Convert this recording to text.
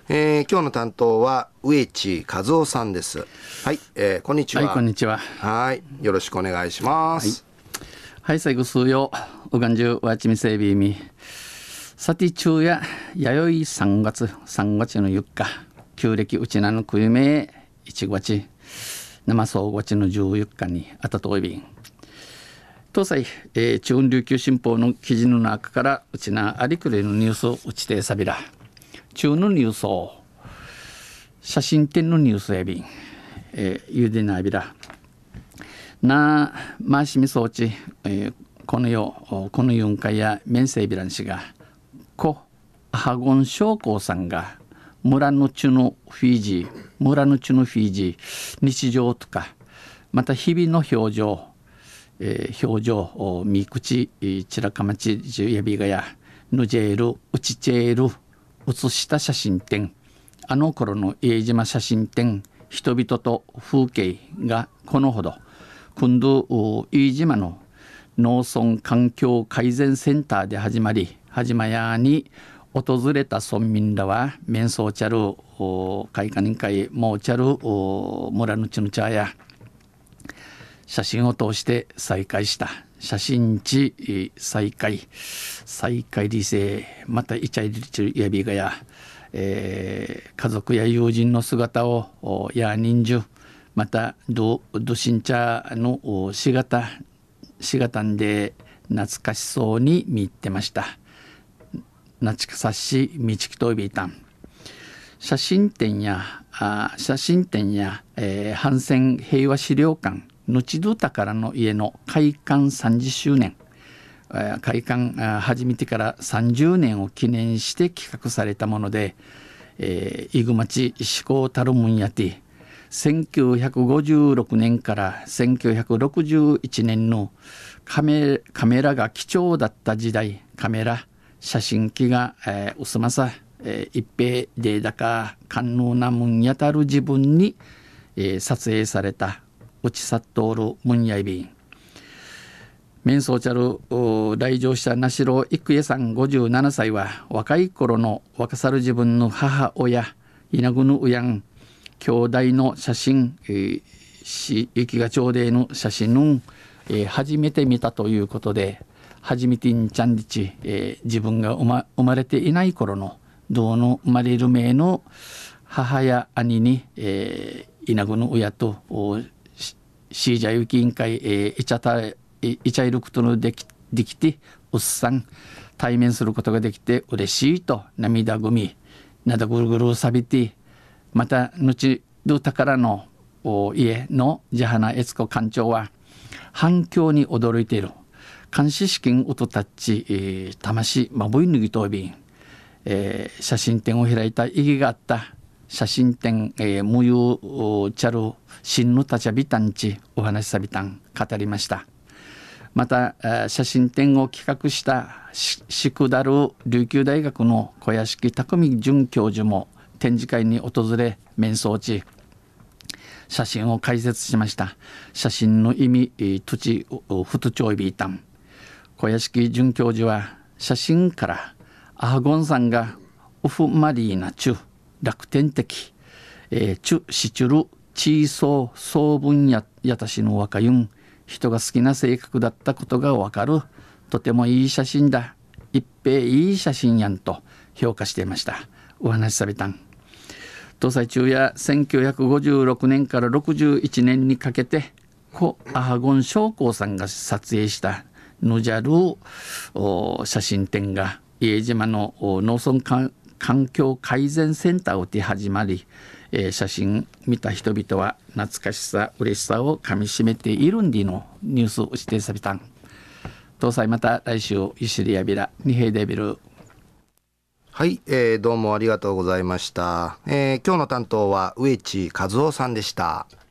今日の担当は植地和夫さんです。はい、こんにちは。 はい、こんにちは。 はい、よろしくお願いします。 はい、最後数曜うがんじゅうわちみせびみさて昼夜弥生3月の4日旧暦うちなのくゆめ1月生総月の14日にあたといびん東西、中央琉球新報の記事の中からうちなありくれのニュースをうちてさびら中のニュースを写真展のニュースやびん、ゆでなびらなましみそうち、この4回や面世ビラン氏がアハゴン将校さんが村のちのフィジー日常とかまた日々の表情見口ちらかまちじゅやびがやぬジェールうちチェール写した写真展あの頃の家島写真展人々と風景がこのほど今度飯島の農村環境改善センターで始まやに訪れた村民らは面相ちゃる開花人会もうちゃる村のちぬちゃや写真を通して再会した写真地再会理性またイチャイリチやびがや、家族や友人の姿をや人数またドシンチャのしがたんで懐かしそうに見入ってました。懐かさしみちきとびいたん写真展や、反戦平和資料館ぬちど宝の家の開館30周年開館始めてから30年を記念して企画されたもので、イグマチ志向たるもんやて1956年から1961年のカメラが貴重だった時代写真機が、薄まさ、一平でだか官能なもんやたる自分に、撮影されたうちさっとおるもんやいびん面相ちゃる来場者なしろ郁恵さん57歳は若い頃の若さる自分の母親稲ぐぬうやん兄弟の写真、雪が町での写真の、初めて見たということで初めてんちゃんりち、自分が生まれていない頃のどの生まれる前の母や兄に、稲ぐぬうやとシージャユキ委員会、イチャイルクトのできておっさん対面することができて嬉しいと涙ぐみなだぐるぐるさびてまた後ど宝の家のジャハナエツコ館長は反響に驚いている監視資金うとたち、魂まぶいぬぎとびん、写真展を開いた意義があった写真展、無有チャル新のたちゃびたんちお話しさびたん語りました。また写真展を企画したシクダル琉球大学の小屋敷匠准教授も展示会に訪れ面相地写真を解説しました。写真の意味土地ふとちょいびいたん小屋敷准教授は写真からアハゴンさんがウフマリーナチュ楽天的、チュシチュルチーソー総分やたしの若ゆん人が好きな性格だったことがわかるとてもいい写真だ一平いい写真やんと評価していました。お話しされたん東西中や1956年から61年にかけてアハゴン将校さんが撮影したヌジャル写真展が家島の農村環境改善センターをて始まり、写真見た人々は懐かしさ嬉しさをかみしめているんでのニュースを指定さびたん東西また来週イシリヤビラニヘイデビルはい、どうもありがとうございました。今日の担当は植地和夫さんでした。